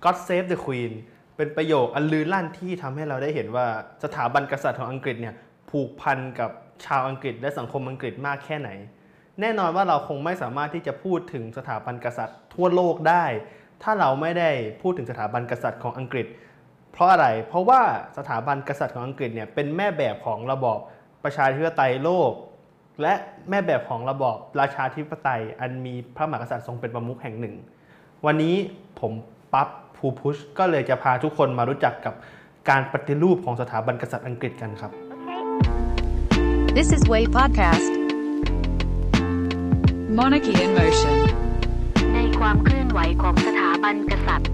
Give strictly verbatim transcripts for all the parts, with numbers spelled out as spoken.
God Save the Queen เป็นประโยคอันลือลั่นที่ทำให้เราได้เห็นว่าสถาบันกษัตริย์ของอังกฤษเนี่ยผูกพันกับชาวอังกฤษและสังคมอังกฤษมากแค่ไหนแน่นอนว่าเราคงไม่สามารถที่จะพูดถึงสถาบันกษัตริย์ทั่วโลกได้ถ้าเราไม่ได้พูดถึงสถาบันกษัตริย์ของอังกฤษเพราะอะไรเพราะว่าสถาบันกษัตริย์ของอังกฤษเนี่ยเป็นแม่แบบของระบอบประชาธิปไตยโลกและแม่แบบของระบอบราชาธิปไตยอันมีพระมหากษัตริย์ทรงเป็นประมุขแห่งหนึ่งวันนี้ผมปั๊บภูพุชก็เลยจะพาทุกคนมารู้จักกับการปฏิรูปของสถาบันกษัตริย์อังกฤษกันครับ This is Way Podcast Monarchy in Motion ในความเคลื่อนไหวของสถาบันกษัตริย์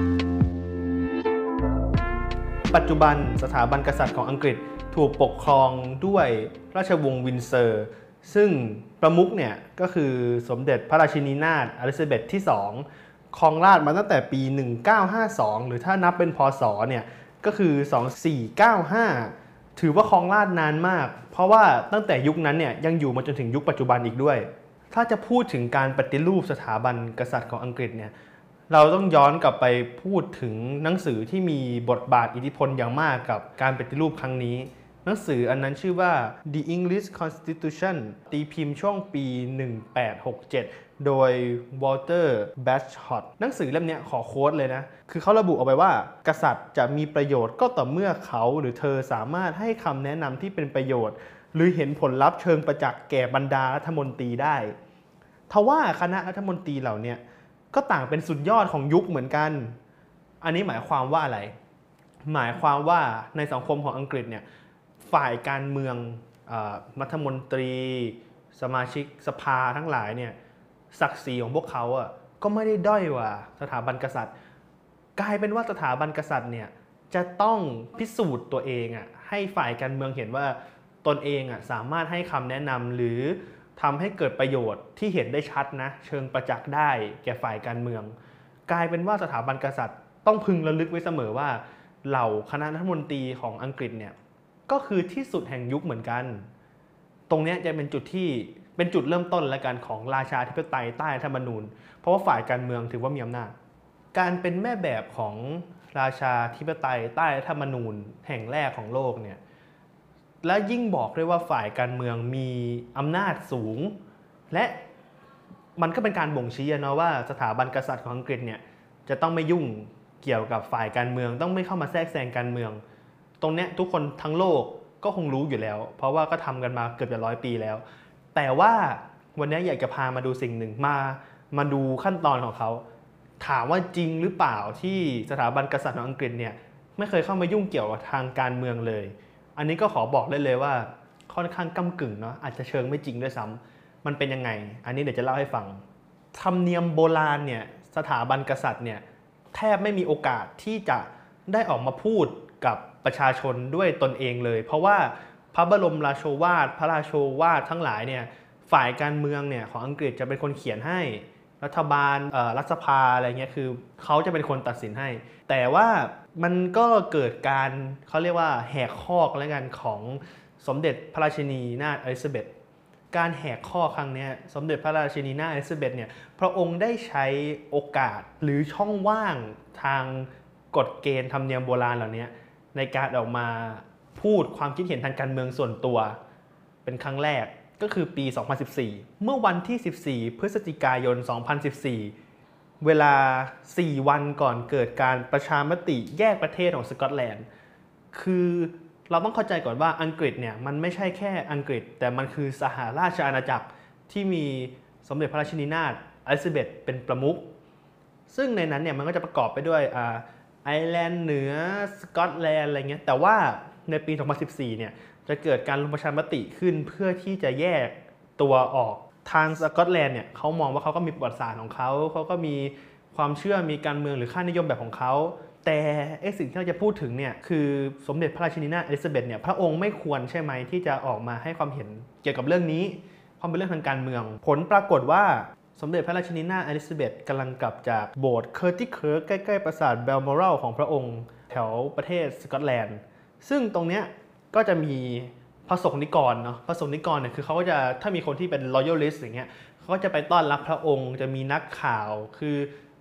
ปัจจุบันสถาบันกษัตริย์ของอังกฤษถูกปกครองด้วยราชวงศ์วินเซอร์ซึ่งประมุขเนี่ยก็คือสมเด็จพระราชินีนาถอลิซาเบธที่สองครองราชย์มาตั้งแต่ปีหนึ่งพันเก้าร้อยห้าสิบสองหรือถ้านับเป็นพ.ศ. เนี่ยก็คือสองพันสี่ร้อยเก้าสิบห้าถือว่าครองราชย์นานมากเพราะว่าตั้งแต่ยุคนั้นเนี่ยยังอยู่มาจนถึงยุคปัจจุบันอีกด้วยถ้าจะพูดถึงการปฏิรูปสถาบันกษัตริย์ของอังกฤษเนี่ยเราต้องย้อนกลับไปพูดถึงหนังสือที่มีบทบาทอิทธิพลอย่างมากกับการปฏิรูปครั้งนี้หนังสืออันนั้นชื่อว่า The English Constitution ตีพิมพ์ช่วงปีหนึ่งพันแปดร้อยหกสิบเจ็ดโดย Walter Bagehot หนังสือเล่มนี้ขอโค้ดเลยนะคือเขาระบุเอาไว้ว่ากษัตริย์จะมีประโยชน์ก็ต่อเมื่อเขาหรือเธอสามารถให้คำแนะนำที่เป็นประโยชน์หรือเห็นผลลัพธ์เชิงประจักษ์แก่บรรดารัฐมนตรีได้ทว่าคณะรัฐมนตรีเหล่านี้ก็ต่างเป็นสุดยอดของยุคเหมือนกันอันนี้หมายความว่าอะไรหมายความว่าในสังคมของอังกฤษเนี่ยฝ่ายการเมืองรัฐมนตรีสมาชิกสภาทั้งหลายเนี่ยศักดิ์ศรีของพวกเขาอ่ะก็ไม่ได้ด้อยกว่าสถาบันกษัตริย์กลายเป็นว่าสถาบันกษัตริย์เนี่ยจะต้องพิสูจน์ตัวเองอ่ะให้ฝ่ายการเมืองเห็นว่าตนเองอ่ะสามารถให้คำแนะนำหรือทำให้เกิดประโยชน์ที่เห็นได้ชัดนะเชิงประจักษ์ได้แก่ฝ่ายการเมืองกลายเป็นว่าสถาบันกษัตริย์ต้องพึงระลึกไว้เสมอว่าเหล่าคณะรัฐมนตรีของอังกฤษเนี่ยก็คือที่สุดแห่งยุคเหมือนกันตรงนี้จะเป็นจุดที่เป็นจุดเริ่มต้นและกันของราชาธิปไตยใต้รัฐธรรมนูญเพราะว่าฝ่ายการเมืองถือว่ามีอำนาจการเป็นแม่แบบของราชาธิปไตยใต้รัฐธรรมนูญแห่งแรกของโลกเนี่ยและยิ่งบอกด้วยว่าฝ่ายการเมืองมีอำนาจสูงและมันก็เป็นการบ่งชี้นะว่าสถาบันกษัตริย์ของอังกฤษเนี่ยจะต้องไม่ยุ่งเกี่ยวกับฝ่ายการเมืองต้องไม่เข้ามาแทรกแซงการเมืองตรงนี้ทุกคนทั้งโลกก็คงรู้อยู่แล้วเพราะว่าก็ทำกันมาเกือบจะร้อยปีแล้วแต่ว่าวันนี้อยากจะพามาดูสิ่งหนึ่งมามาดูขั้นตอนของเขาถามว่าจริงหรือเปล่าที่สถาบันกษัตริย์ของอังกฤษเนี่ยไม่เคยเข้ามายุ่งเกี่ยวกับทางการเมืองเลยอันนี้ก็ขอบอกได้เลยว่าค่อนข้างก้ำกึ่งเนาะอาจจะเชิงไม่จริงด้วยซ้ำมันเป็นยังไงอันนี้เดี๋ยวจะเล่าให้ฟังธรรมเนียมโบราณเนี่ยสถาบันกษัตริย์เนี่ยแทบไม่มีโอกาสที่จะได้ออกมาพูดกับประชาชนด้วยตนเองเลยเพราะว่าพระบรมราโชวาทพระราโชวาททั้งหลายเนี่ยฝ่ายการเมืองเนี่ยของอังกฤษจะเป็นคนเขียนให้รัฐบาลรัฐสภาอะไรเงี้ยคือเขาจะเป็นคนตัดสินให้แต่ว่ามันก็เกิดการเขาเรียกว่าแหกข้อแล้วกันของสมเด็จพระราชินีนาถอลิซาเบธการแหกข้อครั้งนี้สมเด็จพระราชินีนาถอลิซาเบธเนี่ยพระองค์ได้ใช้โอกาสหรือช่องว่างทางกฎเกณฑ์ธรรมเนียมโบราณเหล่านี้ในการออกมาพูดความคิดเห็นทางการเมืองส่วนตัวเป็นครั้งแรกก็คือปีสองพันสิบสี่เมื่อวันที่สิบสี่พฤศจิกายนสองพันสิบสี่เวลาสี่วันก่อนเกิดการประชามติแยกประเทศของสกอตแลนด์คือเราต้องเข้าใจก่อนว่าอังกฤษเนี่ยมันไม่ใช่แค่อังกฤษแต่มันคือสหราชอาณาจักรที่มีสมเด็จพระราชินีนาถอลิซาเบธเป็นประมุขซึ่งในนั้นเนี่ยมันก็จะประกอบไปด้วยอ่าไอร์แลนด์เหนือสกอตแลนด์อะไรเงี้ยแต่ว่าในปีสองพันสิบสี่เนี่ยจะเกิดการลงประชามติขึ้นเพื่อที่จะแยกตัวออกทางสกอตแลนด์เนี่ยเขามองว่าเขาก็มีประวัติศาสตร์ของเขาเขาก็มีความเชื่อมีการเมืองหรือค่านิยมแบบของเขาแต่ไอ้สิ่งที่เราจะพูดถึงเนี่ยคือสมเด็จพระราชินีนาถอลิซาเบธเนี่ยพระองค์ไม่ควรใช่ไหมที่จะออกมาให้ความเห็นเกี่ยวกับเรื่องนี้เพราะเป็นเรื่องทางการเมืองผลปรากฏว่าสมเด็จพระราชินีนาถอลิซาเบธกำลังกลับจากโบสถ์เคอร์ติเคิร์กใกล้ๆปราสาทเบลมอรัลของพระองค์แถวประเทศสกอตแลนด์ซึ่งตรงเนี้ยก็จะมีพระสงฆ์นิกรเนาะพระสงฆ์นิกรเนี่ยคือเขาก็จะถ้ามีคนที่เป็น loyalist อย่างเงี้ยเขาก็จะไปต้อนรับพระองค์จะมีนักข่าวคือ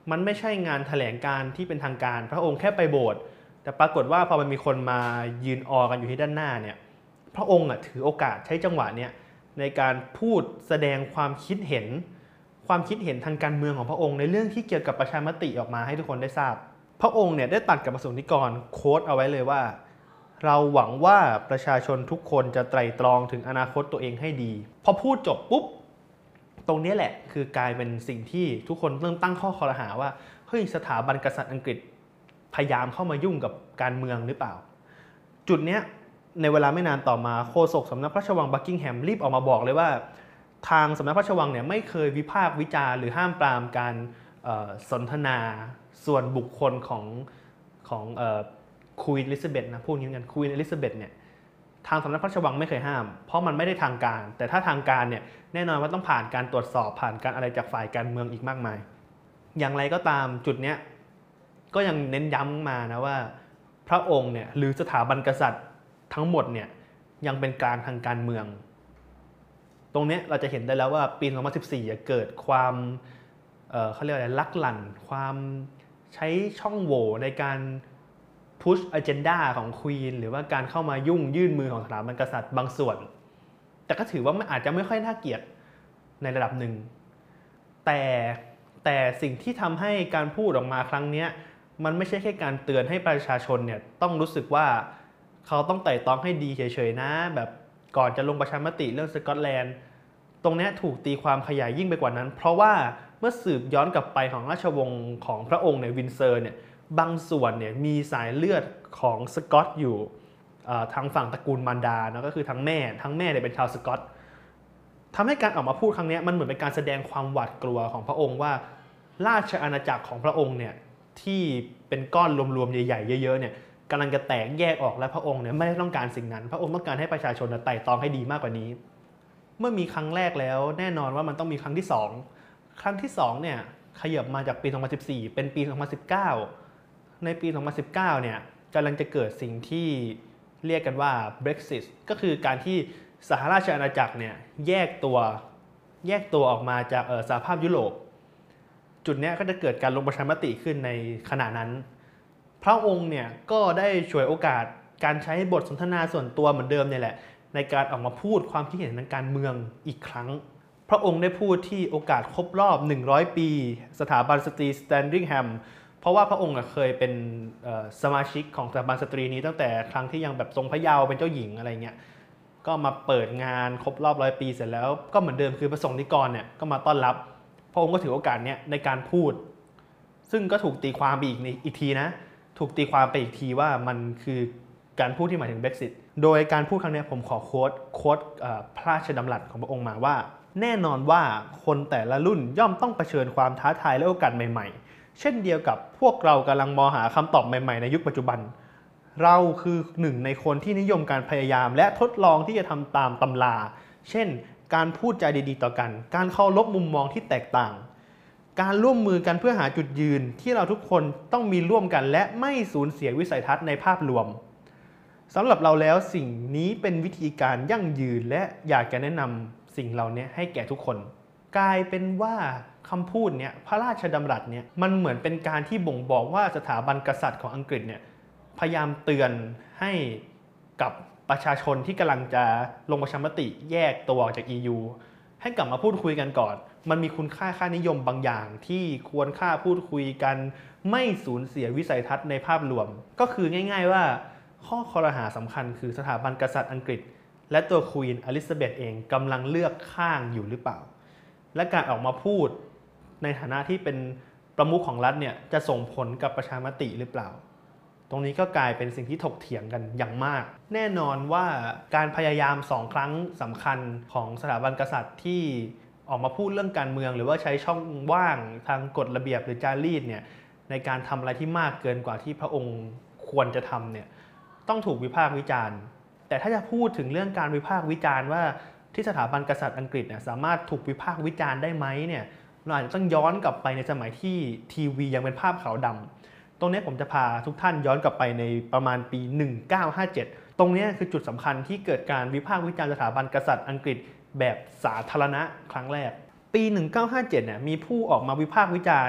มันไม่ใช่งานแถลงการที่เป็นทางการพระองค์แค่ไปโบสถ์แต่ปรากฏว่าพอมันมีคนมายืนออกันอยู่ที่ด้านหน้าเนี่ยพระองค์อ่ะถือโอกาสใช้จังหวะเนี้ยในการพูดแสดงความคิดเห็นความคิดเห็นทางการเมืองของพระองค์ในเรื่องที่เกี่ยวกับประชามติออกมาให้ทุกคนได้ทราบพระองค์เนี่ยได้ตัดกับประสงค์นิกรโค้ดเอาไว้เลยว่าเราหวังว่าประชาชนทุกคนจะไตร่ตรองถึงอนาคตตัวเองให้ดีพอพูดจบปุ๊บตรงนี้แหละคือกลายเป็นสิ่งที่ทุกคนเริ่มตั้งข้อคอรหาว่าเฮ้ยสถาบันกษัตริย์อังกฤษพยายามเข้ามายุ่งกับการเมืองหรือเปล่าจุดเนี้ยในเวลาไม่นานต่อมาโฆษกสำนักพระราชวังบักกิงแฮมรีบออกมาบอกเลยว่าทางสำนักพระราชวังเนี่ยไม่เคยวิพากษ์วิจารณ์หรือห้ามปรามการสนทนาส่วนบุคคลของของควีนอลิซาเบธนะพูดงี้กันควีนอลิซาเบธเนี่ยทางสำนักพระราชวังไม่เคยห้ามเพราะมันไม่ได้ทางการแต่ถ้าทางการเนี่ยแน่นอนว่าต้องผ่านการตรวจสอบผ่านการอะไรจากฝ่ายการเมืองอีกมากมายอย่างไรก็ตามจุดเนี้ยก็ยังเน้นย้ำมานะว่าพระองค์เนี่ยหรือสถาบันกษัตริย์ทั้งหมดเนี่ยยังเป็นกลางทางการเมืองตรงนี้เราจะเห็นได้แล้วว่าปีสองพันสิบสี่เกิดความเอ่อเขาเรียกอะไรลักลั่นความใช้ช่องโหว่ในการพุชอเจนดาของควีนหรือว่าการเข้ามายุ่งยื่นมือของสถาบันกษัตริย์บางส่วนแต่ก็ถือว่ามันอาจจะไม่ค่อยน่าเกลียดในระดับหนึ่งแต่แต่สิ่งที่ทำให้การพูดออกมาครั้งนี้มันไม่ใช่แค่การเตือนให้ประชาชนเนี่ยต้องรู้สึกว่าเขาต้องไต่ตองให้ดีเฉยๆนะแบบก่อนจะลงประชามติเรื่องสกอตแลนด์ตรงนี้ถูกตีความขยายยิ่งไปกว่านั้นเพราะว่าเมื่อสืบย้อนกลับไปของราชวงศ์ของพระองค์ในวินเซอร์เนี่ยบางส่วนเนี่ยมีสายเลือดของสกอตอยู่ทางฝั่งตระกูลมารดานะก็คือทั้งแม่ทั้งแม่เนี่ยเป็นชาวสกอตทำให้การออกมาพูดครั้งนี้มันเหมือนเป็นการแสดงความหวาดกลัวของพระองค์ว่าราชอาณาจักรของพระองค์เนี่ยที่เป็นก้อนรวมๆใหญ่ๆเยอะๆเนี่ยกำลังจะแตกแยกออกและพระองค์เนี่ยไม่ได้ต้องการสิ่งนั้นพระองค์ต้องการให้ประชาชนไต่ตองให้ดีมากกว่านี้เมื่อมีครั้งแรกแล้วแน่นอนว่ามันต้องมีครั้งที่สองครั้งที่สองเนี่ยขยับมาจากปีสองพันสิบสี่เป็นปีสองพันสิบเก้าในปีสองพันสิบเก้าเนี่ยกำลังจะเกิดสิ่งที่เรียกกันว่า Brexit ก็คือการที่สหราชอาณาจักรเนี่ยแยกตัวแยกตัวออกมาจากสหภาพยุโรปจุดนี้ก็จะเกิดการลงประชามติขึ้นในขณะนั้นพระองค์เนี่ยก็ได้ฉวยโอกาสการใช้บทสนทนาส่วนตัวเหมือนเดิมเนี่ยแหละในการออกมาพูดความคิดเห็นทางการเมืองอีกครั้งพระองค์ได้พูดที่โอกาสครบรอบหนึ่งร้อยปีสถาบันสตรีสแตนดิงแฮมเพราะว่าพระองค์เคยเป็นสมาชิกของสถาบันสตรีนี้ตั้งแต่ครั้งที่ยังแบบทรงพระเยาว์เป็นเจ้าหญิงอะไรเงี้ยก็มาเปิดงานครบรอบร้อยปีเสร็จแล้วก็เหมือนเดิมคือพระสงฆ์นิกรเนี่ยก็มาต้อนรับพระองค์ก็ถือโอกาสเนี้ยในการพูดซึ่งก็ถูกตีความไปอีกอีกทีนะถูกตีความไปอีกทีว่ามันคือการพูดที่หมายถึง Brexit โดยการพูดครั้งนี้ผมขอโค้ดโค้ดพระราชดำรัสของพระองค์มาว่าแน่นอนว่าคนแต่ละรุ่นย่อมต้องเผชิญความท้าทายและโอกาสใหม่ๆเช่นเดียวกับพวกเรากำลังมองหาคำตอบใหม่ๆในยุคปัจจุบันเราคือหนึ่งในคนที่นิยมการพยายามและทดลองที่จะทำตามตำราเช่นการพูดจาดีๆต่อกันการเคารพมุมมองที่แตกต่างการร่วมมือกันเพื่อหาจุดยืนที่เราทุกคนต้องมีร่วมกันและไม่สูญเสียวิสัยทัศน์ในภาพรวมสำหรับเราแล้วสิ่งนี้เป็นวิธีการยั่งยืนและอยากจะแนะนำสิ่งเหล่านี้ให้แก่ทุกคนกลายเป็นว่าคำพูดเนี้ยพระราชดำรัสเนี้ยมันเหมือนเป็นการที่บ่งบอกว่าสถาบันกษัตริย์ของอังกฤษเนี่ยพยายามเตือนให้กับประชาชนที่กำลังจะลงประชามติแยกตัวออกจาก อี ยู ให้กลับมาพูดคุยกันก่อนมันมีคุณค่าค่านิยมบางอย่างที่ควรค่าพูดคุยกันไม่สูญเสียวิสัยทัศน์ในภาพรวมก็คือง่ายๆว่าข้อคอรหาสำคัญคือสถาบันกษัตริย์อังกฤษและตัวควีนอลิซาเบธเองกำลังเลือกข้างอยู่หรือเปล่าและการออกมาพูดในฐานะที่เป็นประมุขของรัฐเนี่ยจะส่งผลกับประชามติหรือเปล่าตรงนี้ก็กลายเป็นสิ่งที่ถกเถียงกันอย่างมากแน่นอนว่าการพยายามสองครั้งสำคัญของสถาบันกษัตริย์ที่ออกมาพูดเรื่องการเมืองหรือว่าใช้ช่องว่างทางกฎระเบียบหรือจารีตเนี่ยในการทำอะไรที่มากเกินกว่าที่พระองค์ควรจะทำเนี่ยต้องถูกวิพากษ์วิจารณ์แต่ถ้าจะพูดถึงเรื่องการวิพากษ์วิจารณ์ว่าที่สถาบันกษัตริย์อังกฤษเนี่ยสามารถถูกวิพากษ์วิจารณ์ได้ไหมเนี่ยเราอาจจะต้องย้อนกลับไปในสมัยที่ทีวียังเป็นภาพขาวดำตรงนี้ผมจะพาทุกท่านย้อนกลับไปในประมาณปีหนึ่งเก้าห้าเจ็ดตรงนี้คือจุดสำคัญที่เกิดการวิพากษ์วิจารณ์สถาบันกษัตริย์อังกฤษแบบสาธารณะครั้งแรกปีหนึ่งเก้าห้าเจ็ดเนี่ยมีผู้ออกมาวิพากษ์วิจารณ์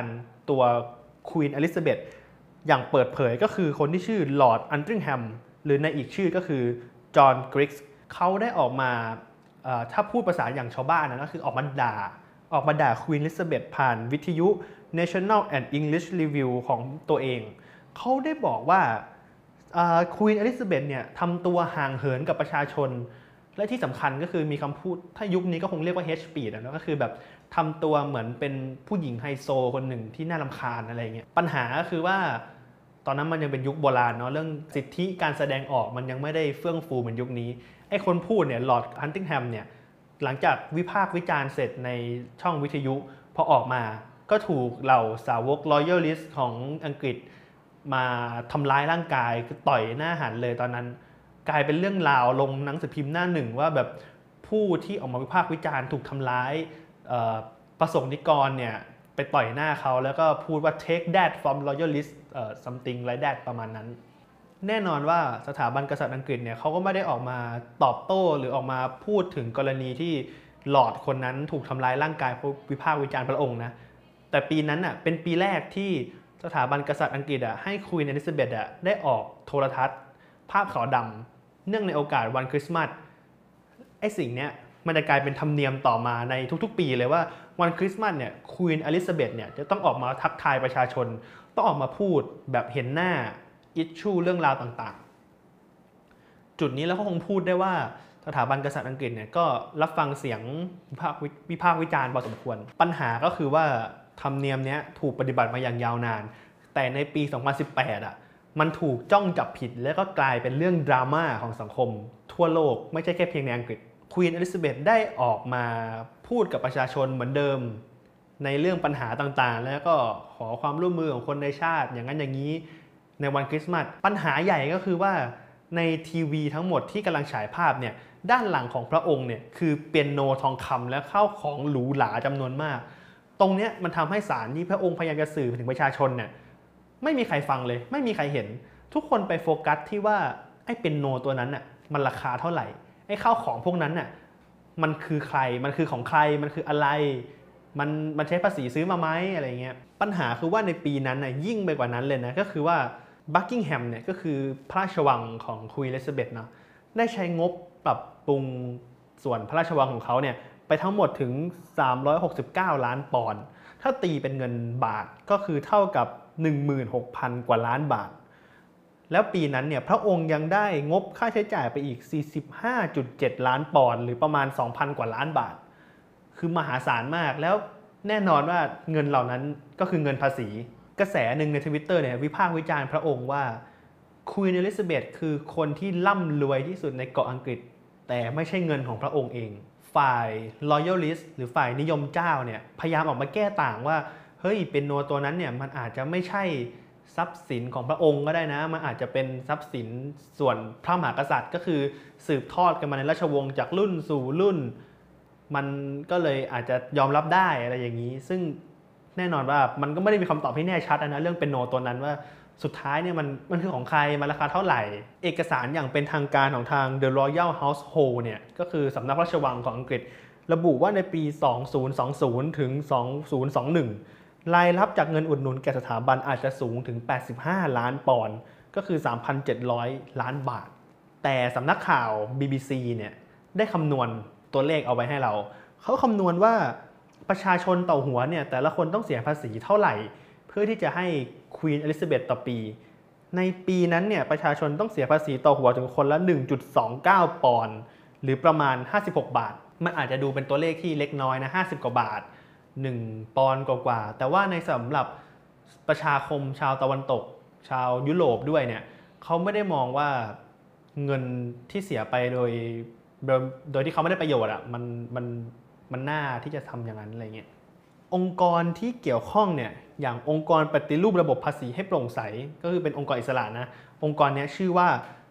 ตัวควีนอลิซาเบธอย่างเปิดเผยก็คือคนที่ชื่อลอร์ดอันตริงแฮมหรือในอีกชื่อก็คือจอห์นกริกส์เขาได้ออกมาถ้าพูดภาษาอย่างชาวบ้านนะก็คือออกมาด่าออกมาด่าควีนอลิซาเบธผ่านวิทยุ National and English Review ของตัวเองเขาได้บอกว่าควีนอลิซาเบธเนี่ยทำตัวห่างเหินกับประชาชนและที่สำคัญก็คือมีคำพูดถ้ายุคนี้ก็คงเรียกว่า hate speech นะก็คือแบบทำตัวเหมือนเป็นผู้หญิงไฮโซคนหนึ่งที่น่ารำคาญอะไรเงี้ยปัญหาก็คือว่าตอนนั้นมันยังเป็นยุคโบราณเนาะเรื่องสิทธิการแสดงออกมันยังไม่ได้เฟื่องฟูเหมือนยุคนี้ไอ้คนพูดเนี่ยลอร์ดฮันติงแฮมเนี่ยหลังจากวิพากษ์วิจารณ์เสร็จในช่องวิทยุพอออกมาก็ถูกเหล่าสาวก loyalist ของอังกฤษมาทำร้ายร่างกายคือต่อยหน้าหันเลยตอนนั้นกลายเป็นเรื่องราวลงหนังสือพิมพ์หน้าหนึ่งว่าแบบผู้ที่ออกมาวิพากษ์วิจารณ์ถูกทำร้ายประสงค์นิกรเนี่ยไปต่อยหน้าเขาแล้วก็พูดว่า take that from loyalist something like that ประมาณนั้นแน่นอนว่าสถาบันกษัตริย์อังกฤษเนี่ยเขาก็ไม่ได้ออกมาตอบโต้หรือออกมาพูดถึงกรณีที่ลอร์ดคนนั้นถูกทำร้ายร่างกายเพราะวิพากษ์วิจารณ์พระองค์นะแต่ปีนั้นอ่ะเป็นปีแรกที่สถาบันกษัตริย์อังกฤษอ่ะให้ควีนอลิซาเบธอ่ะได้ออกโทรทัศน์ภาพขาวดำเนื่องในโอกาสวันคริสต์มาสไอ้สิ่งเนี้ยมันจะกลายเป็นธรรมเนียมต่อมาในทุกๆปีเลยว่าวันคริสต์มาสเนี่ยควีนอลิซาเบธเนี่ยจะต้องออกมาทักทายประชาชนต้องออกมาพูดแบบเห็นหน้าอิชชูเรื่องราวต่างๆจุดนี้แล้วก็คงพูดได้ว่าสถาบันกษัตริย์อังกฤษเนี่ยก็รับฟังเสียงวิพากษ์วิพากษ์วิจารณ์พอสมควรปัญหาก็คือว่าธรรมเนียมนี้ถูกปฏิบัติมาอย่างยาวนานแต่ในปีสองพันสิบแปดอ่ะมันถูกจ้องจับผิดแล้วก็กลายเป็นเรื่องดราม่าของสังคมทั่วโลกไม่ใช่แค่เพียงในอังกฤษควีนอลิซาเบธได้ออกมาพูดกับประชาชนเหมือนเดิมในเรื่องปัญหาต่างๆแล้วก็ขอความร่วมมือของคนในชาติอย่างนั้นอย่างนี้ในวันคริสต์มาสปัญหาใหญ่ก็คือว่าในทีวีทั้งหมดที่กำลังฉายภาพเนี่ยด้านหลังของพระองค์เนี่ยคือเปียโนทองคำและข้าวของหรูหราจำนวนมากตรงนี้มันทำให้สารที่พระองค์พยายามจะสื่อถึงประชาชนเนี่ยไม่มีใครฟังเลยไม่มีใครเห็นทุกคนไปโฟกัสที่ว่าไอ้เปียโนตัวนั้นน่ะมันราคาเท่าไหร่ไอ้ข้าวของพวกนั้นน่ะมันคือใครมันคือของใครมันคืออะไรมันมันใช้ภาษีซื้อมาไหมอะไรเงี้ยปัญหาคือว่าในปีนั้นน่ะยิ่งไปกว่านั้นเลยนะก็คือว่าบักกิงแฮมเนี่ยก็คือพระราชวังของควีนอลิซาเบธเนาะได้ใช้งบปรับปรุงส่วนพระราชวังของเขาเนี่ยไปทั้งหมดถึงสามร้อยหกสิบเก้าล้านปอนด์ถ้าตีเป็นเงินบาทก็คือเท่ากับ หนึ่งหมื่นหกพัน กว่าล้านบาทแล้วปีนั้นเนี่ยพระองค์ยังได้งบค่าใช้จ่ายไปอีก สี่สิบห้าจุดเจ็ด ล้านปอนด์หรือประมาณ สองพัน กว่าล้านบาทคือมหาศาลมากแล้วแน่นอนว่าเงินเหล่านั้นก็คือเงินภาษีกระแสหนึ่งใน Twitter เนี่ยวิพากษ์วิจารณ์พระองค์ว่าควีนอลิซาเบธคือคนที่ร่ำรวยที่สุดในเกาะอังกฤษแต่ไม่ใช่เงินของพระองค์เองฝ่าย loyalist หรือฝ่ายนิยมเจ้าเนี่ยพยายามออกมาแก้ต่างว่าเฮ้ยเปียโนตัวนั้นเนี่ยมันอาจจะไม่ใช่ทรัพย์สินของพระองค์ก็ได้นะมันอาจจะเป็นทรัพย์สินส่วนพระมหากษัตริย์ก็คือสืบทอดกันมาในราชวงศ์จากรุ่นสู่รุ่นมันก็เลยอาจจะยอมรับได้อะไรอย่างนี้ซึ่งแน่นอนว่ามันก็ไม่ได้มีคำตอบที่แน่ชัดนะเรื่องเปียโนตัวนั้นว่าสุดท้ายเนี่ยมันมันคือของใครมันราคาเท่าไหร่เอกสารอย่างเป็นทางการของทาง The Royal Household เนี่ยก็คือสำนักพระราชวังของอังกฤษระบุว่าในปีสองพันยี่สิบถึงสองพันยี่สิบเอ็ดรายรับจากเงินอุดหนุนแก่สถาบันอาจจะสูงถึงแปดสิบห้าล้านปอนด์ก็คือ สามพันเจ็ดร้อย ล้านบาทแต่สำนักข่าว บี บี ซี เนี่ยได้คำนวณตัวเลขเอาไว้ให้เราเขาคำนวณว่าประชาชนต่อหัวเนี่ยแต่ละคนต้องเสียภาษีเท่าไหร่เพื่อที่จะให้ควีนอลิซาเบธต่อปีในปีนั้นเนี่ยประชาชนต้องเสียภาษีต่อหัวถึงคนละ หนึ่งจุดสองเก้า ปอนด์หรือประมาณห้าสิบหกบาทมันอาจจะดูเป็นตัวเลขที่เล็กน้อยนะห้าสิบกว่าบาทหนึ่งปอนด์กว่าๆแต่ว่าในสำหรับประชาคมชาวตะวันตกชาวยุโรปด้วยเนี่ยเขาไม่ได้มองว่าเงินที่เสียไปโดยโดยที่เขาไม่ได้ประโยชน์อ่ะมันมันมันน่าที่จะทำอย่างนั้นอะไรเงี้ยองค์กรที่เกี่ยวข้องเนี่ยอย่างองค์กรปฏิรูประบบภาษีให้โปร่งใสก็คือเป็นองค์กรอิสระนะองค์กรนี้ชื่อว่า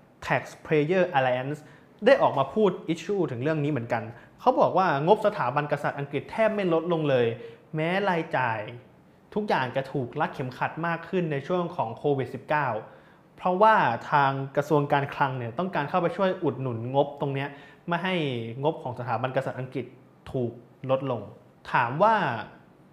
Taxpayer Alliance ได้ออกมาพูด issue ถึงเรื่องนี้เหมือนกันเขาบอกว่างบสถาบันกษัตริย์อังกฤษแทบไม่ลดลงเลยแม้รายจ่ายทุกอย่างจะถูกรัดเข็มขัดมากขึ้นในช่วงของโควิด สิบเก้า เพราะว่าทางกระทรวงการคลังเนี่ยต้องการเข้าไปช่วยอุดหนุนงบตรงนี้ไม่ให้งบของสถาบันกษัตริย์อังกฤษถูกลดลงถามว่า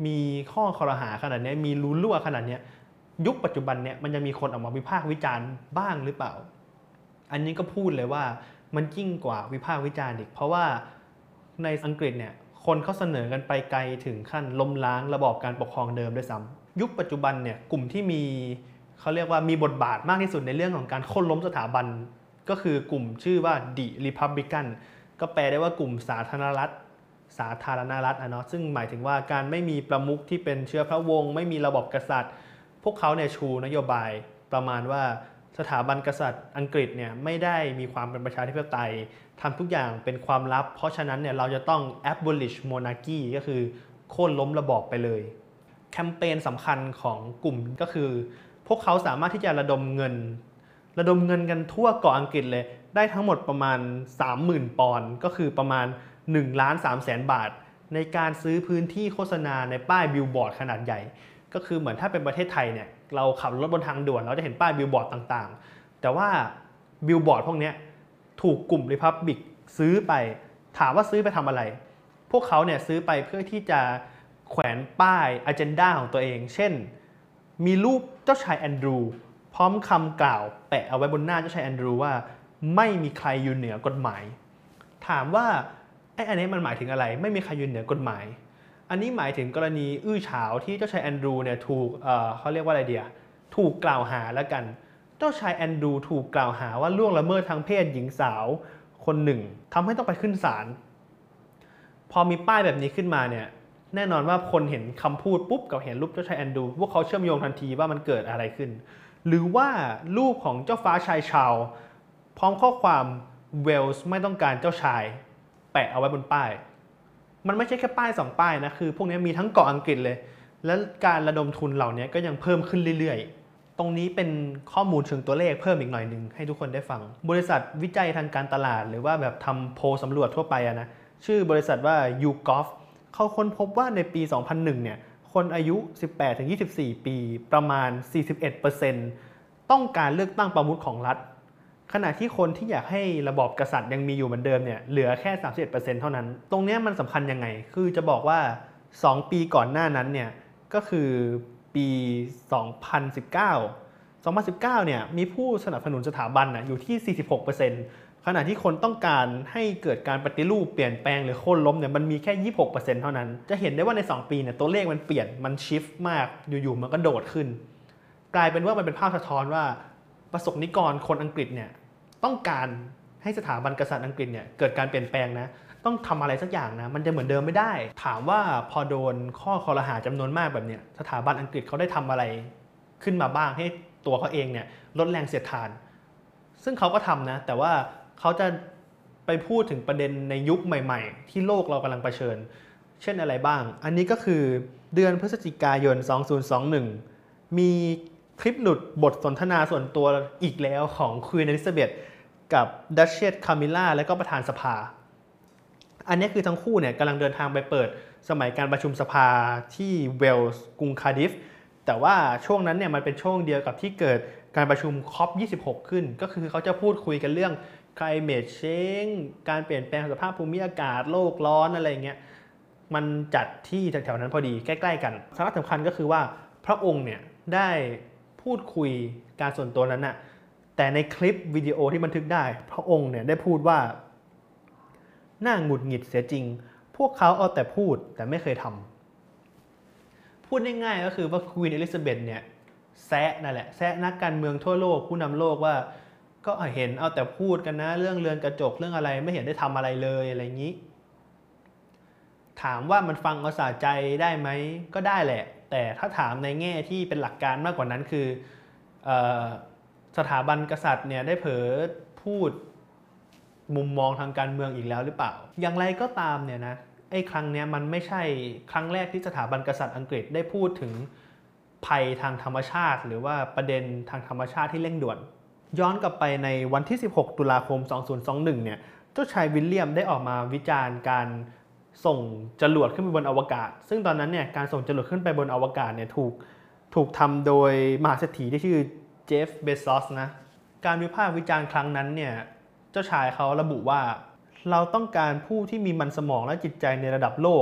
มีข้อคอรหาขนาดนี้มีรูรั่วขนาดนี้ยุคปัจจุบันเนี่ยมันจะมีคนออกมาวิพากษ์วิจารณ์บ้างหรือเปล่าอันนี้ก็พูดเลยว่ามันยิ่งกว่าวิพากษ์วิจารณ์อีกเพราะว่าในอังกฤษเนี่ยคนเขาเสนอกันไปไกลถึงขั้นล้มล้างระบอบการปกครองเดิมด้วยซ้ำยุคปัจจุบันเนี่ยกลุ่มที่มีเขาเรียกว่ามีบทบาทมากที่สุดในเรื่องของการโค่นล้มสถาบันก็คือกลุ่มชื่อว่า The Republican ก็แปลได้ว่ากลุ่มสาธารณรัฐสาธารณรัฐอะเนาะซึ่งหมายถึงว่าการไม่มีประมุขที่เป็นเชื้อพระวงศ์ไม่มีระบบกษัตริย์พวกเขาเนี่ยชูนโยบายประมาณว่าสถาบันกษัตริย์อังกฤษเนี่ยไม่ได้มีความเป็นประชาธิปไตยทำทุกอย่างเป็นความลับเพราะฉะนั้นเนี่ยเราจะต้อง abolish monarchy ก็คือโค่นล้มระบอบไปเลยแคมเปญสำคัญของกลุ่มก็คือพวกเขาสามารถที่จะระดมเงินระดมเงินกันทั่วเกาะอังกฤษเลยได้ทั้งหมดประมาณ สามหมื่น ปอนด์ก็คือประมาณหนึ่งล้านสามแสนบาทในการซื้อพื้นที่โฆษณาในป้ายบิลบอร์ดขนาดใหญ่ก็คือเหมือนถ้าเป็นประเทศไทยเนี่ยเราขับรถบนทางด่วนเราจะเห็นป้ายบิลบอร์ดต่างๆแต่ว่าบิลบอร์ดพวกนี้ถูกกลุ่ม Republic ซื้อไปถามว่าซื้อไปทำอะไรพวกเขาเนี่ยซื้อไปเพื่อที่จะแขวนป้าย agenda ของตัวเองเช่นมีรูปเจ้าชายแอนดรูพร้อมคำกล่าวแปะเอาไว้บนหน้าเจ้าชายแอนดรูว่าไม่มีใครอยู่เหนือกฎหมายถามว่าไอ้อันนี้มันหมายถึงอะไรไม่มีใครอยู่เหนือกฎหมายอันนี้หมายถึงกรณีอื้อฉาวที่เจ้าชายแอนดรูเนี่ยถูกเอ่อเขาเรียกว่าอะไรเดียถูกกล่าวหาแล้วกันเจ้าชายแอนดรูถูกกล่าวหาว่าล่วงละเมิดทางเพศหญิงสาวคนหนึ่งทำให้ต้องไปขึ้นศาลพอมีป้ายแบบนี้ขึ้นมาเนี่ยแน่นอนว่าคนเห็นคำพูดปุ๊บกับเห็นรูปเจ้าชายแอนดรูพวกเขาเชื่อมโยงทันทีว่ามันเกิดอะไรขึ้นหรือว่ารูปของเจ้าฟ้าชายชาวพร้อมข้อความเวลส์ไม่ต้องการเจ้าชายแปะเอาไว้บนป้ายมันไม่ใช่แค่ป้ายสองป้ายนะคือพวกนี้มีทั้งเกาะอังกฤษเลยและการระดมทุนเหล่านี้ก็ยังเพิ่มขึ้นเรื่อยๆตรงนี้เป็นข้อมูลเชิงตัวเลขเพิ่มอีกหน่อยหนึ่งให้ทุกคนได้ฟังบริษัทวิจัยทางการตลาดหรือว่าแบบทำโพลสำรวจทั่วไปอะนะชื่อบริษัทว่า ยู กอล์ฟ เขาค้นพบว่าในปี สองพันหนึ่ง เนี่ยคนอายุ สิบแปดถึงยี่สิบสี่ ปีประมาณ สี่สิบเอ็ดเปอร์เซ็นต์ ต้องการเลือกตั้งประมุขของรัฐขณะที่คนที่อยากให้ระบอบกษัตริย์ยังมีอยู่เหมือนเดิมเนี่ยเหลือแค่ สามสิบเอ็ดเปอร์เซ็นต์ เท่านั้นตรงนี้มันสำคัญยังไงคือจะบอกว่าสองปีก่อนหน้านั้นเนี่ยก็คือปี สองพันสิบเก้า สองพันสิบเก้า เนี่ยมีผู้สนับสนุนสถาบันนะอยู่ที่ สี่สิบหกเปอร์เซ็นต์ ขณะที่คนต้องการให้เกิดการปฏิรูปเปลี่ยนแปลงหรือโค่นล้มเนี่ยมันมีแค่ ยี่สิบหกเปอร์เซ็นต์ เท่านั้นจะเห็นได้ว่าในสองปีเนี่ยตัวเลขมันเปลี่ยนมันชิฟต์มากอยู่ๆมันก็โดดขึ้นกลายเป็นว่ามันเป็นภาพสะท้อนว่าประสบนิกรคนอังกฤษเนี่ยต้องการให้สถาบันกษัตริย์อังกฤษเนี่ยเกิดการเปลี่ยนแปลงนะต้องทำอะไรสักอย่างนะมันจะเหมือนเดิมไม่ได้ถามว่าพอโดนข้อคอรหาจำนวนมากแบบเนี้ยสถาบันอังกฤษเขาได้ทำอะไรขึ้นมาบ้างให้ตัวเขาเองเนี่ยลดแรงเสียดทานซึ่งเขาก็ทำนะแต่ว่าเขาจะไปพูดถึงประเด็นในยุคใหม่ๆที่โลกเรากำลังเผชิญเช่นอะไรบ้างอันนี้ก็คือเดือนพฤศจิกายนสองพันยี่สิบเอ็ดมีคลิปหลุดบทสนทนาส่วนตัวอีกแล้วของควีนอลิซาเบธกับดัชเชสคามิล่าและก็ประธานสภาอันนี้คือทั้งคู่เนี่ยกำลังเดินทางไปเปิดสมัยการประชุมสภาที่เวลส์กรุงคาร์ดิฟแต่ว่าช่วงนั้นเนี่ยมันเป็นช่วงเดียวกับที่เกิดการประชุม ซี โอ พี ยี่สิบหก ขึ้นก็คือเขาจะพูดคุยกันเรื่อง climate change การเปลี่ยนแปลงสภาพภูมิอากาศโลกร้อนอะไรเงี้ยมันจัดที่แถวๆนั้นพอดีใกล้ๆกันสาระสำคัญก็คือว่าพระองค์เนี่ยได้พูดคุยการส่วนตัวนั้นน่ะแต่ในคลิปวิดีโอที่บันทึกได้พระองค์เนี่ยได้พูดว่าน่าหงุดหงิดเสียจริงพวกเขาเอาแต่พูดแต่ไม่เคยทำพูดง่ายๆก็คือว่าควีนอลิซาเบธเนี่ยแซะนั่นแหละแซะนักการเมืองทั่วโลกผู้นำโลกว่าก็เห็นเอาแต่พูดกันนะเรื่องเรือนกระจกเรื่องอะไรไม่เห็นได้ทำอะไรเลยอะไรอย่างนี้ถามว่ามันฟังเอาสะใจได้ไหมก็ได้แหละแต่ถ้าถามในแง่ที่เป็นหลักการมากกว่านั้นคือสถาบันกษัตริย์เนี่ยได้เผลอพูดมุมมองทางการเมืองอีกแล้วหรือเปล่าอย่างไรก็ตามเนี่ยนะไอ้ครั้งนี้มันไม่ใช่ครั้งแรกที่สถาบันกษัตริย์อังกฤษได้พูดถึงภัยทางธรรมชาติหรือว่าประเด็นทางธรรมชาติที่เร่งด่วนย้อนกลับไปในวันที่สิบหกตุลาคมสองพันยี่สิบเอ็ดเนี่ยเจ้าชายวิลเลียมได้ออกมาวิจารณ์การส่งจรวดขึ้นไปบนอวกาศซึ่งตอนนั้นเนี่ยการส่งจรวดขึ้นไปบนอวกาศเนี่ยถูกถูกทำโดยมหาเศรษฐีที่ชื่อเจฟเบซอสนะการวิพากษ์วิจารณ์ครั้งนั้นเนี่ย เจ้าชายเขาระบุว่าเราต้องการผู้ที่มีมันสมองและจิตใจในระดับโลก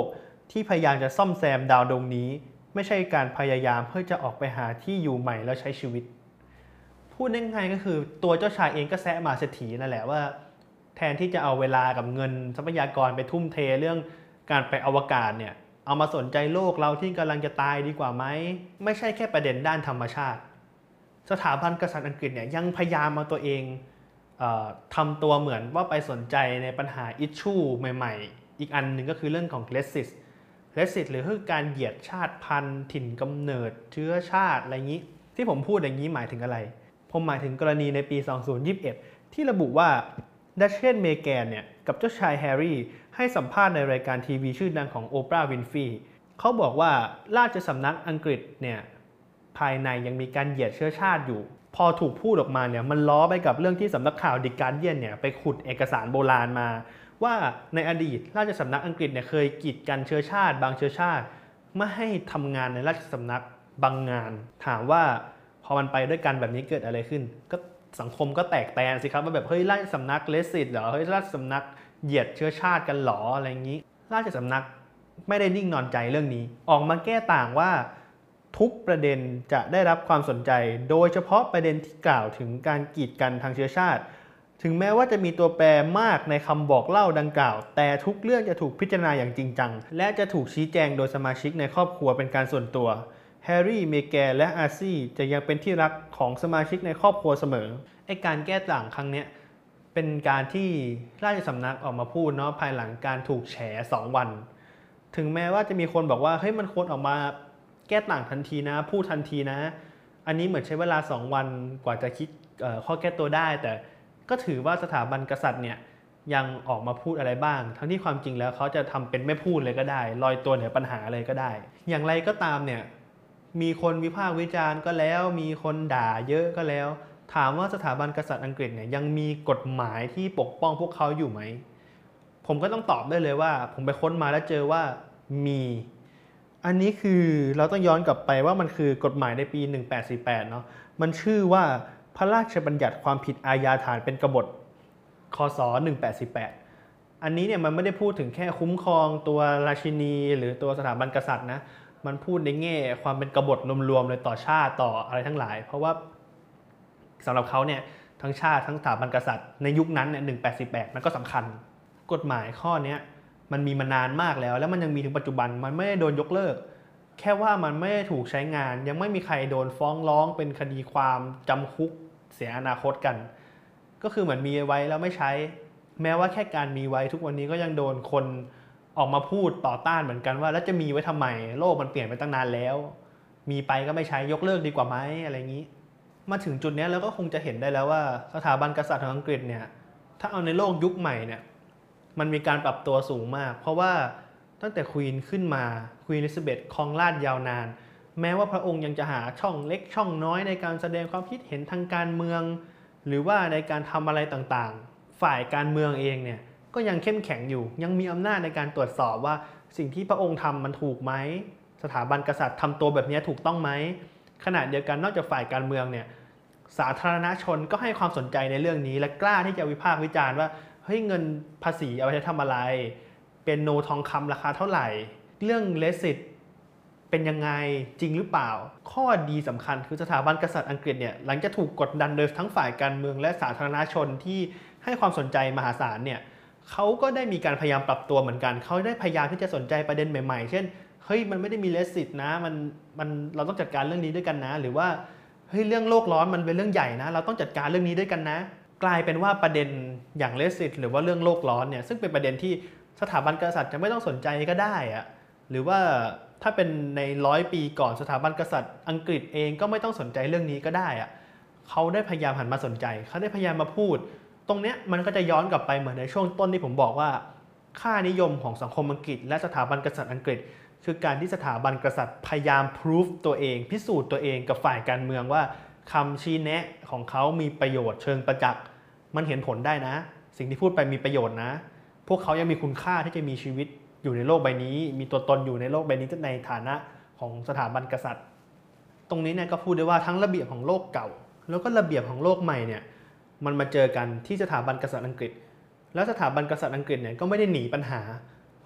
ที่พยายามจะซ่อมแซมดาวดวงนี้ไม่ใช่การพยายามเพื่อจะออกไปหาที่อยู่ใหม่แล้วใช้ชีวิตพูดง่ายๆก็คือตัวเจ้าชายเองก็แซะมหาเศรษฐีนั่นแหละว่าแทนที่จะเอาเวลากับเงินทรัพยากรไปทุ่มเทเรื่องการไปอวกาศเนี่ยเอามาสนใจโลกเราที่กำลังจะตายดีกว่าไหมไม่ใช่แค่ประเด็นด้านธรรมชาติสถาบันกษัตริย์อังกฤษเนี่ยยังพยายามเอาตัวเองเอ่อทำตัวเหมือนว่าไปสนใจในปัญหาอิชชูใหม่ๆอีกอันหนึ่งก็คือเรื่องของเลสิสเลสิสหรือคือการเหยียดชาติพันธุ์ถิ่นกำเนิดเชื้อชาติอะไรอย่างนี้ที่ผมพูดอย่างนี้หมายถึงอะไรผมหมายถึงกรณีในปีสองพันยี่สิบเอ็ดที่ระบุว่าดัชเชสเมแกนเนี่ยกับเจ้าชายแฮร์รี่ให้สัมภาษณ์ในรายการทีวีชื่อดังของโอปราห์วินฟรีเขาบอกว่าราชสำนักอังกฤษเนี่ยภายในยังมีการเหยียดเชื้อชาติอยู่พอถูกพูดออกมาเนี่ยมันล้อไปกับเรื่องที่สำนักข่าวดิการเดียนเนี่ยไปขุดเอกสารโบราณมาว่าในอดีตราชสำนักอังกฤษเนี่ยเคยกีดกันเชื้อชาติบางเชื้อชาติไม่ให้ทำงานในราชสำนักบางงานถามว่าพอมันไปด้วยกันแบบนี้เกิดอะไรขึ้นก็สังคมก็แตกแตนสิครับว่าแบบเฮ้ยราชสำนักเลสิตเหรอเฮ้ยราชสำนักเหยียดเชื้อชาติกันหรออะไรอย่างนี้ราชสำนักไม่ได้นิ่งนอนใจเรื่องนี้ออกมาแก้ต่างว่าทุกประเด็นจะได้รับความสนใจโดยเฉพาะประเด็นที่กล่าวถึงการกีดกันทางเชื้อชาติถึงแม้ว่าจะมีตัวแปรมากในคำบอกเล่าดังกล่าวแต่ทุกเรื่องจะถูกพิจารณาอย่างจริงจังและจะถูกชี้แจงโดยสมาชิกในครอบครัวเป็นการส่วนตัวแฮร์รี่ เมแกนและอาร์ซี่จะยังเป็นที่รักของสมาชิกในครอบครัวเสมอไอ้การแก้ต่างครั้งนี้เป็นการที่ราชสำนักออกมาพูดเนาะภายหลังการถูกแฉสองวันถึงแม้ว่าจะมีคนบอกว่าเฮ้ยมันควรออกมาแก้ต่างทันทีนะพูดทันทีนะอันนี้เหมือนใช้เวลาสองวันกว่าจะคิดข้อแก้ตัวได้แต่ก็ถือว่าสถาบันกษัตริย์เนี่ยยังออกมาพูดอะไรบ้างทั้งที่ความจริงแล้วเขาจะทำเป็นไม่พูดเลยก็ได้ลอยตัวเหนือปัญหาเลยก็ได้อย่างไรก็ตามเนี่ยมีคนวิพากษ์วิจารณ์ก็แล้วมีคนด่าเยอะก็แล้วถามว่าสถาบันกษัตริย์อังกฤษเนี่ยยังมีกฎหมายที่ปกป้องพวกเขาอยู่ไหมผมก็ต้องตอบได้เลยว่าผมไปค้นมาแล้วเจอว่ามีอันนี้คือเราต้องย้อนกลับไปว่ามันคือกฎหมายในปีหนึ่งพันแปดร้อยสี่สิบแปดเนาะมันชื่อว่าพระราชบัญญัติความผิดอาญาฐานเป็นกบฏคศหนึ่งพันแปดร้อยสี่สิบแปดอันนี้เนี่ยมันไม่ได้พูดถึงแค่คุ้มครองตัวราชินีหรือตัวสถาบันกษัตริย์นะมันพูดในแง่ความเป็นกบฏรวมๆเลยต่อชาติต่ออะไรทั้งหลายเพราะว่าสำหรับเขาเนี่ยทั้งชาติทั้งสถาบันกษัตริย์ในยุคนั้นเนี่ยหนึ่งพันแปดร้อยสี่สิบแปดมันก็สำคัญกฎหมายข้อนี้มันมีมานานมากแล้วแล้วมันยังมีถึงปัจจุบันมันไม่ได้โดนยกเลิกแค่ว่ามันไม่ได้ถูกใช้งานยังไม่มีใครโดนฟ้องร้องเป็นคดีความจำคุกเสียอนาคตกันก็คือเหมือนมีไว้แล้วไม่ใช้แม้ว่าแค่การมีไว้ทุกวันนี้ก็ยังโดนคนออกมาพูดต่อต้านเหมือนกันว่าแล้วจะมีไว้ทำไมโลกมันเปลี่ยนไปตั้งนานแล้วมีไปก็ไม่ใช้ยกเลิกดีกว่าไหมอะไรอย่างนี้มาถึงจุดนี้แล้วก็คงจะเห็นได้แล้วว่าสถาบันกษัตริย์ของอังกฤษเนี่ยถ้าเอาในโลกยุคใหม่เนี่ยมันมีการปรับตัวสูงมากเพราะว่าตั้งแต่ควีนขึ้นมาควีนอลิซาเบธครองราชยาวนานแม้ว่าพระองค์ยังจะหาช่องเล็กช่องน้อยในการแสดงความคิดเห็นทางการเมืองหรือว่าในการทำอะไรต่างๆฝ่ายการเมืองเองเนี่ยก็ยังเข้มแข็งอยู่ยังมีอำนาจในการตรวจสอบว่าสิ่งที่พระองค์ทำมันถูกไหมสถาบันกษัตริย์ทำตัวแบบนี้ถูกต้องไหมขณะเดียวกันนอกจากฝ่ายการเมืองเนี่ยสาธารณชนก็ให้ความสนใจในเรื่องนี้และกล้าที่จะวิพากษ์วิจารณ์ว่าเฮ้ยเงินภาษีเอาไปใช้ทำอะไรเป็นโนทองคำราคาเท่าไหร่เรื่องเลสิตเป็นยังไงจริงหรือเปล่าข้อดีสำคัญคือสถาบันกษัตริย์อังกฤษเนี่ยหลังจากถูกกดดันโดยทั้งฝ่ายการเมืองและสาธารณชนที่ให้ความสนใจมหาศาลเนี่ยเขาก็ได้มีการพยายามปรับตัวเหมือนกันเขาได้พยายามที่จะสนใจประเด็นใหม่ๆเช่นเฮ้ยมันไม่ได้มีเลสิตนะมันมันเราต้องจัดการเรื่องนี้ด้วยกันนะหรือว่าเฮ้ยเรื่องโลกร้อนมันเป็นเรื่องใหญ่นะเราต้องจัดการเรื่องนี้ด้วยกันนะกลายเป็นว่าประเด็นอย่างเลสิตหรือว่าเรื่องโลกร้อนเนี่ยซึ่งเป็นประเด็นที่สถาบันกษัตริย์จะไม่ต้องสนใจก็ได้อะหรือว่าถ้าเป็นในร้อยปีก่อนสถาบันกษัตริย์อังกฤษเองก็ไม่ต้องสนใจเรื่องนี้ก็ได้อะเขาได้พยายามหันมาสนใจเขาได้พยายามมาพูดตรงเนี้ยมันก็จะย้อนกลับไปเหมือนในช่วงต้นที่ผมบอกว่าค่านิยมของสังคมอังกฤษและสถาบันกษัตริย์อังกฤษคือการที่สถาบันกษัตริย์พยายามพิสูจตัวเองพิสูจน์ตัวเองกับฝ่ายการเมืองว่าคำชี้แนะของเขามีประโยชน์เชิงประจักษ์มันเห็นผลได้นะสิ่งที่พูดไปมีประโยชน์นะพวกเขายังมีคุณค่าที่จะมีชีวิตอยู่ในโลกใบนี้มีตัวตนอยู่ในโลกใบนี้ในฐานะของสถาบันกษัตริย์ตรงนี้เนี่ยก็พูดได้ว่าทั้งระเบียบของโลกเก่าแล้วก็ระเบียบของโลกใหม่เนี่ยมันมาเจอกันที่สถาบันกษัตริย์อังกฤษแล้วสถาบันกษัตริย์อังกฤษเนี่ยก็ไม่ได้หนีปัญหาพ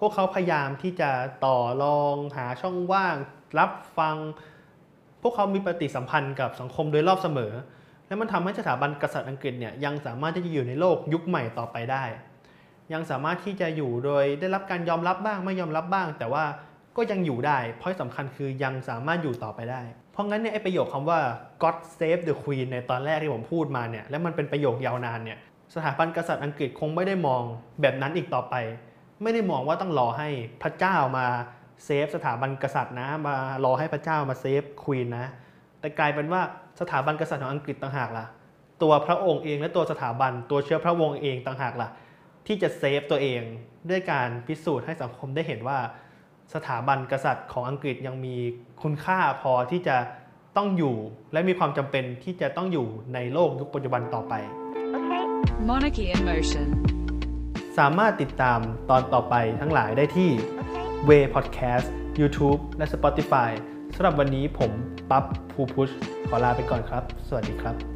วกเขาพยายามที่จะต่อรองหาช่องว่างรับฟังพวกเขามีปฏิสัมพันธ์กับสังคมโดยรอบเสมอและมันทำให้สถาบันกษัตริย์อังกฤษเนี่ยยังสามารถที่จะอยู่ในโลกยุคใหม่ต่อไปได้ยังสามารถที่จะอยู่โดยได้รับการยอมรับบ้างไม่ยอมรับบ้างแต่ว่าก็ยังอยู่ได้เพราะสำคัญคือยังสามารถอยู่ต่อไปได้เพราะงั้นเนี่ยไอ้ประโยคคำว่า God save the Queen ในตอนแรกที่ผมพูดมาเนี่ยและมันเป็นประโยคยาวนานเนี่ยสถาบันกษัตริย์อังกฤษคงไม่ได้มองแบบนั้นอีกต่อไปไม่ได้มองว่าต้องรอให้พระเจ้ามาเซฟสถาบันกษัตริย์นะมารอให้พระเจ้ามาเซฟควีนนะแต่กลายเป็นว่าสถาบันกษัตริย์ของอังกฤษต่างหากล่ะตัวพระองค์เองและตัวสถาบันตัวเชื้อพระวงศ์เองต่างหากล่ะที่จะเซฟตัวเองด้วยการพิสูจน์ให้สังคมได้เห็นว่าสถาบันกษัตริย์ของอังกฤษยังมีคุณค่าพอที่จะต้องอยู่และมีความจำเป็นที่จะต้องอยู่ในโลกยุคปัจจุบันต่อไป Monarchy in Motion สามารถติดตามตอนต่อไปทั้งหลายได้ที่ Way Podcast YouTube และ Spotify สำหรับวันนี้ผมปั๊บภูพุชขอลาไปก่อนครับสวัสดีครับ